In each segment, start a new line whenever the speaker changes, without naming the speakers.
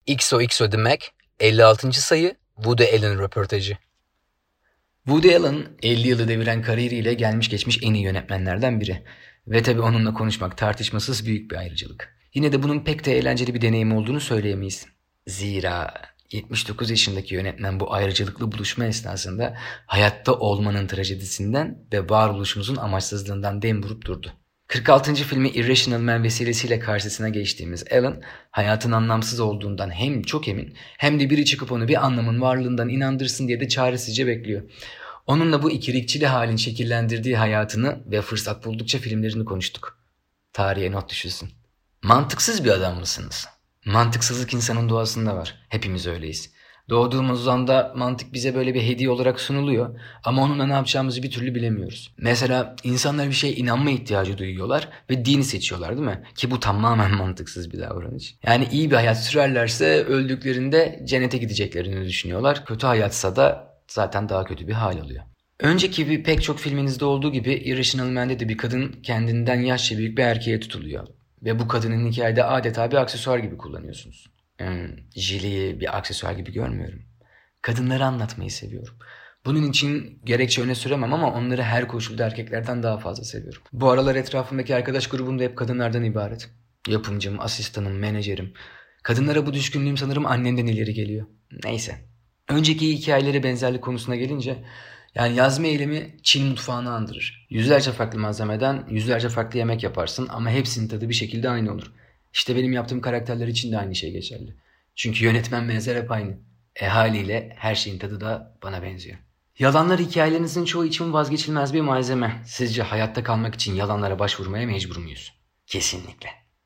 XOXO demek 56. sayı Woody Allen röportajı.
Woody Allen 50 yılı deviren kariyeriyle gelmiş geçmiş en iyi yönetmenlerden biri. Ve tabii onunla konuşmak tartışmasız büyük bir ayrıcalık. Yine de bunun pek de eğlenceli bir deneyim olduğunu söyleyemeyiz. Zira 79 yaşındaki yönetmen bu ayrıcalıklı buluşma esnasında hayatta olmanın trajedisinden ve varoluşumuzun amaçsızlığından dem vurup durdu. 46. filmi Irrational Man vesilesiyle karşısına geçtiğimiz Allen, hayatın anlamsız olduğundan hem çok emin hem de biri çıkıp onu bir anlamın varlığından inandırsın diye de çaresizce bekliyor. Onunla bu ikirikçili halin şekillendirdiği hayatını ve fırsat buldukça filmlerini konuştuk. Tarihe not düşülsün. Mantıksız bir adam mısınız? Mantıksızlık insanın doğasında var. Hepimiz öyleyiz. Doğduğumuz anda mantık bize böyle bir hediye olarak sunuluyor ama onunla ne yapacağımızı bir türlü bilemiyoruz. Mesela insanlar bir şeye inanma ihtiyacı duyuyorlar ve dini seçiyorlar, değil mi? Ki bu tamamen mantıksız bir davranış. Yani iyi bir hayat sürerlerse öldüklerinde cennete gideceklerini düşünüyorlar. Kötü hayatsa da zaten daha kötü bir hal alıyor. Önceki pek çok filminizde olduğu gibi Irrational Man'de de bir kadın kendinden yaşça büyük bir erkeğe tutuluyor. Ve bu kadının hikayede adeta bir aksesuar gibi kullanıyorsunuz. Jili'yi bir aksesuar gibi görmüyorum. Kadınları anlatmayı seviyorum. Bunun için gerekçe öne süremem ama onları her koşulda erkeklerden daha fazla seviyorum. Bu aralar etrafımdaki arkadaş grubum da hep kadınlardan ibaret. Yapımcım, asistanım, menajerim. Kadınlara bu düşkünlüğüm sanırım annemden ileri geliyor. Neyse. Önceki hikayeleri benzerlik konusuna gelince, yani yazma eylemi Çin mutfağını andırır. Yüzlerce farklı malzemeden yüzlerce farklı yemek yaparsın ama hepsinin tadı bir şekilde aynı olur. İşte benim yaptığım karakterler için de aynı şey geçerli. Çünkü yönetmen benzer hep aynı. Haliyle her şeyin tadı da bana benziyor. Yalanlar hikayelerinizin çoğu için vazgeçilmez bir malzeme. Sizce hayatta kalmak için yalanlara başvurmaya mecbur muyuz? Kesinlikle.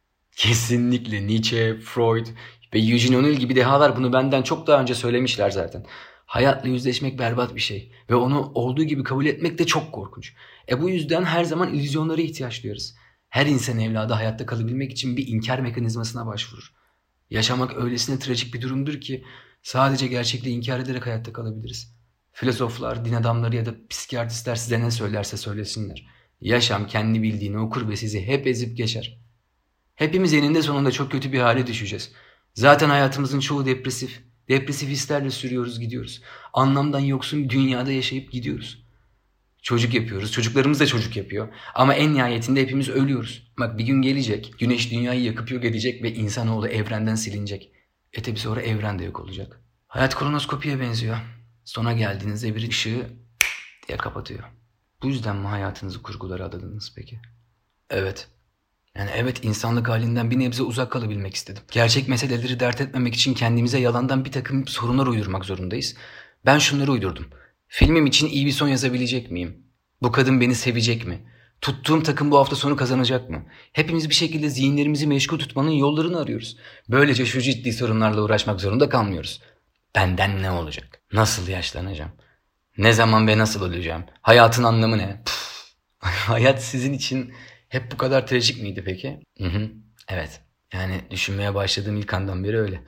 Kesinlikle Nietzsche, Freud ve Eugene O'Neill gibi dehalar bunu benden çok daha önce söylemişler zaten. Hayatla yüzleşmek berbat bir şey ve onu olduğu gibi kabul etmek de çok korkunç. Bu yüzden her zaman illüzyonlara ihtiyaç duyarız. Her insan evladı hayatta kalabilmek için bir inkar mekanizmasına başvurur. Yaşamak öylesine trajik bir durumdur ki sadece gerçekliği inkar ederek hayatta kalabiliriz. Filozoflar, din adamları ya da psikiyatristler size ne söylerse söylesinler. Yaşam kendi bildiğini okur ve sizi hep ezip geçer. Hepimiz eninde sonunda çok kötü bir hale düşeceğiz. Zaten hayatımızın çoğu depresif. Depresif hislerle sürüyoruz gidiyoruz. Anlamdan yoksun bir dünyada yaşayıp gidiyoruz. Çocuk yapıyoruz. Çocuklarımız da çocuk yapıyor. Ama en nihayetinde hepimiz ölüyoruz. Bak bir gün gelecek. Güneş dünyayı yakıp yok edecek ve insanoğlu evrenden silinecek. Tabi sonra evren de yok olacak. Hayat kronoskopiye benziyor. Sona geldiğinizde bir ışığı diye kapatıyor. Bu yüzden mi hayatınızı kurgulara adadınız peki? Evet. Evet, insanlık halinden bir nebze uzak kalabilmek istedim. Gerçek meseleleri dert etmemek için kendimize yalandan bir takım sorunlar uydurmak zorundayız. Ben şunları uydurdum. Filmim için iyi bir son yazabilecek miyim? Bu kadın beni sevecek mi? Tuttuğum takım bu hafta sonu kazanacak mı? Hepimiz bir şekilde zihinlerimizi meşgul tutmanın yollarını arıyoruz. Böylece şu ciddi sorunlarla uğraşmak zorunda kalmıyoruz. Benden ne olacak? Nasıl yaşlanacağım? Ne zaman ve nasıl öleceğim? Hayatın anlamı ne? Hayat sizin için hep bu kadar trajik miydi peki? Evet. Düşünmeye başladığım ilk andan beri öyle.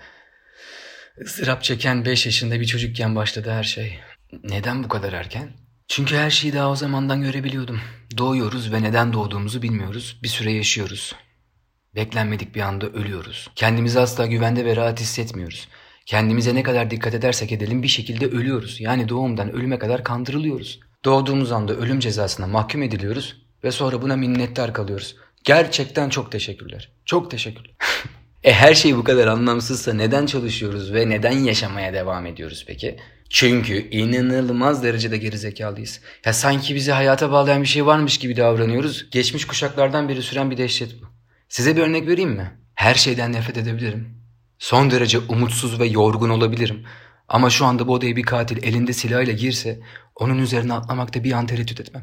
Izdırap çeken 5 yaşında bir çocukken başladı her şey. Neden bu kadar erken? Çünkü her şeyi daha o zamandan görebiliyordum. Doğuyoruz ve neden doğduğumuzu bilmiyoruz. Bir süre yaşıyoruz. Beklenmedik bir anda ölüyoruz. Kendimizi asla güvende ve rahat hissetmiyoruz. Kendimize ne kadar dikkat edersek edelim bir şekilde ölüyoruz. Yani doğumdan ölüme kadar kandırılıyoruz. Doğduğumuz anda ölüm cezasına mahkum ediliyoruz ve sonra buna minnettar kalıyoruz. Gerçekten çok teşekkürler. Çok teşekkürler. Her şey bu kadar anlamsızsa neden çalışıyoruz ve neden yaşamaya devam ediyoruz peki? Çünkü inanılmaz derecede gerizekalıyız. Sanki bizi hayata bağlayan bir şey varmış gibi davranıyoruz. Geçmiş kuşaklardan beri süren bir dehşet bu. Size bir örnek vereyim mi? Her şeyden nefret edebilirim. Son derece umutsuz ve yorgun olabilirim. Ama şu anda bu odaya bir katil elinde silahıyla girse onun üzerine atlamakta bir an tereddüt etmem.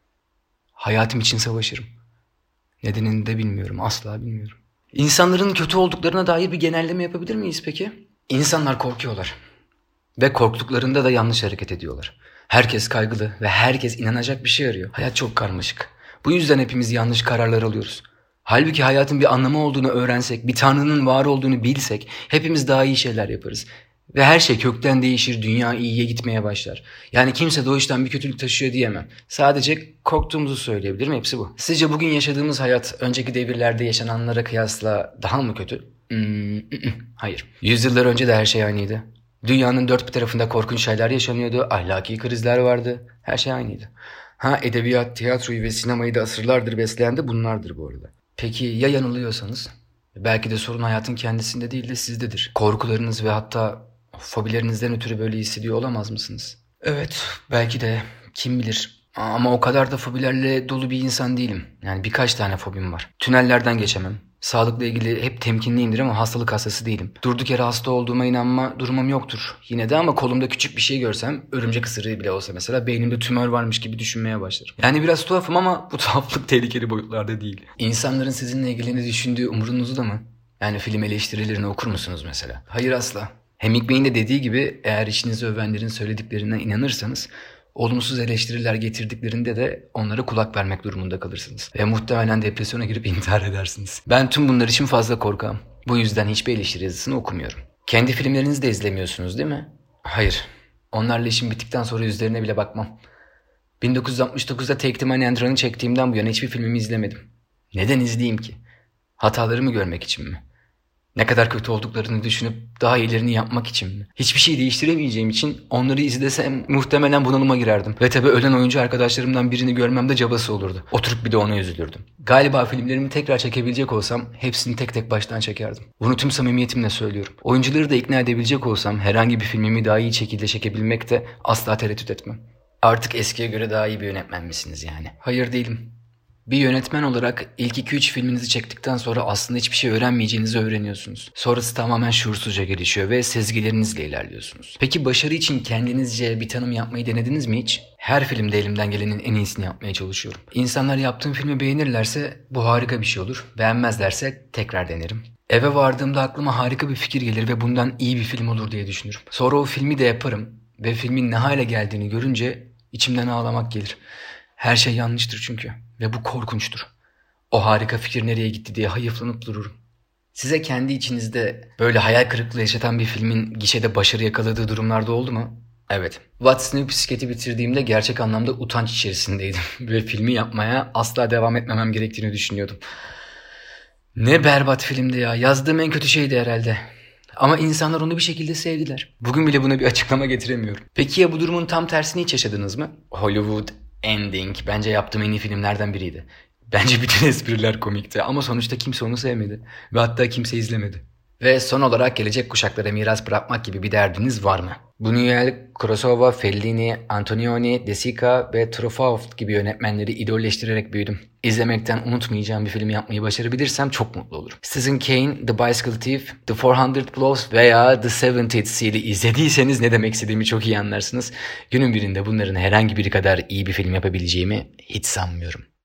Hayatım için savaşırım. Nedenini de bilmiyorum, asla bilmiyorum. İnsanların kötü olduklarına dair bir genelleme yapabilir miyiz peki? İnsanlar korkuyorlar. Ve korktuklarında da yanlış hareket ediyorlar. Herkes kaygılı ve herkes inanacak bir şey arıyor. Hayat çok karmaşık. Bu yüzden hepimiz yanlış kararlar alıyoruz. Halbuki hayatın bir anlamı olduğunu öğrensek, bir tanrının var olduğunu bilsek hepimiz daha iyi şeyler yaparız. Ve her şey kökten değişir, dünya iyiye gitmeye başlar. Kimse doğuştan bir kötülük taşıyor diyemem. Sadece korktuğumuzu söyleyebilirim, hepsi bu. Sizce bugün yaşadığımız hayat önceki devirlerde yaşananlara kıyasla daha mı kötü? Hayır. Yüzyıllar önce de her şey aynıydı. Dünyanın dört bir tarafında korkunç şeyler yaşanıyordu. Ahlaki krizler vardı. Her şey aynıydı. Edebiyat, tiyatroyu ve sinemayı da asırlardır besleyen de bunlardır bu arada. Peki ya yanılıyorsanız? Belki de sorun hayatın kendisinde değil de sizdedir. Korkularınız ve hatta fobilerinizden ötürü böyle hissediyor olamaz mısınız? Evet, belki de. Kim bilir. Ama o kadar da fobilerle dolu bir insan değilim. Yani birkaç tane fobim var. Tünellerden geçemem. Sağlıkla ilgili hep temkinliyimdir ama hastalık hastası değilim. Durduk yere hasta olduğuma inanma durumum yoktur. Yine de ama kolumda küçük bir şey görsem, örümcek ısırığı bile olsa mesela, beynimde tümör varmış gibi düşünmeye başlarım. Yani biraz tuhafım ama bu tuhaflık tehlikeli boyutlarda değil. İnsanların sizinle ilgili ne düşündüğü umurunuzda mı? Yani film eleştirilerini okur musunuz mesela? Hayır, asla. Hemingway'in de dediği gibi, eğer işinizi övenlerin söylediklerine inanırsanız, olumsuz eleştiriler getirdiklerinde de onlara kulak vermek durumunda kalırsınız. Ve muhtemelen depresyona girip intihar edersiniz. Ben tüm bunlar için fazla korkağım. Bu yüzden hiçbir eleştiri yazısını okumuyorum. Kendi filmlerinizi de izlemiyorsunuz değil mi? Hayır. Onlarla işim bittikten sonra üzerine bile bakmam. 1969'da Take the Money and Run'ı çektiğimden bu yana hiçbir filmimi izlemedim. Neden izleyeyim ki? Hatalarımı görmek için mi? Ne kadar kötü olduklarını düşünüp daha iyilerini yapmak için mi? Hiçbir şey değiştiremeyeceğim için onları izlesem muhtemelen bunalıma girerdim. Ve tabii ölen oyuncu arkadaşlarımdan birini görmem de cabası olurdu. Oturup bir de ona üzülürdüm. Galiba filmlerimi tekrar çekebilecek olsam hepsini tek tek baştan çekerdim. Bunu tüm samimiyetimle söylüyorum. Oyuncuları da ikna edebilecek olsam herhangi bir filmimi daha iyi şekilde çekebilmekte asla tereddüt etmem. Artık eskiye göre daha iyi bir yönetmen misiniz yani? Hayır, değilim. Bir yönetmen olarak ilk 2-3 filminizi çektikten sonra aslında hiçbir şey öğrenmeyeceğinizi öğreniyorsunuz. Sonrası tamamen şuursuzca gelişiyor ve sezgilerinizle ilerliyorsunuz. Peki başarı için kendinizce bir tanım yapmayı denediniz mi hiç? Her filmde elimden gelenin en iyisini yapmaya çalışıyorum. İnsanlar yaptığım filmi beğenirlerse bu harika bir şey olur. Beğenmezlerse tekrar denerim. Eve vardığımda aklıma harika bir fikir gelir ve bundan iyi bir film olur diye düşünürüm. Sonra o filmi de yaparım ve filmin ne hale geldiğini görünce içimden ağlamak gelir. Her şey yanlıştır çünkü ve bu korkunçtur. O harika fikir nereye gitti diye hayıflanıp dururum. Size kendi içinizde böyle hayal kırıklığı yaşatan bir filmin gişede başarı yakaladığı durumlarda oldu mu? Evet. What's New bisikleti bitirdiğimde gerçek anlamda utanç içerisindeydim ve filmi yapmaya asla devam etmemem gerektiğini düşünüyordum. Ne berbat filmdi ya. Yazdığım en kötü şeydi herhalde. Ama insanlar onu bir şekilde sevdiler. Bugün bile buna bir açıklama getiremiyorum. Peki ya bu durumun tam tersini hiç yaşadınız mı? Hollywood Ending bence yaptığım en iyi filmlerden biriydi. Bence bütün espriler komikti ama sonuçta kimse onu sevmedi. Ve hatta kimse izlemedi. Ve son olarak gelecek kuşaklara miras bırakmak gibi bir derdiniz var mı? Buñuel, Kurosawa, Fellini, Antonioni, De Sica ve Truffaut gibi yönetmenleri idolleştirerek büyüdüm. İzlemekten unutmayacağım bir film yapmayı başarabilirsem çok mutlu olurum. Citizen Kane, The Bicycle Thief, The 400 Blows veya The 70th Seal'i izlediyseniz ne demek istediğimi çok iyi anlarsınız. Günün birinde bunların herhangi biri kadar iyi bir film yapabileceğimi hiç sanmıyorum.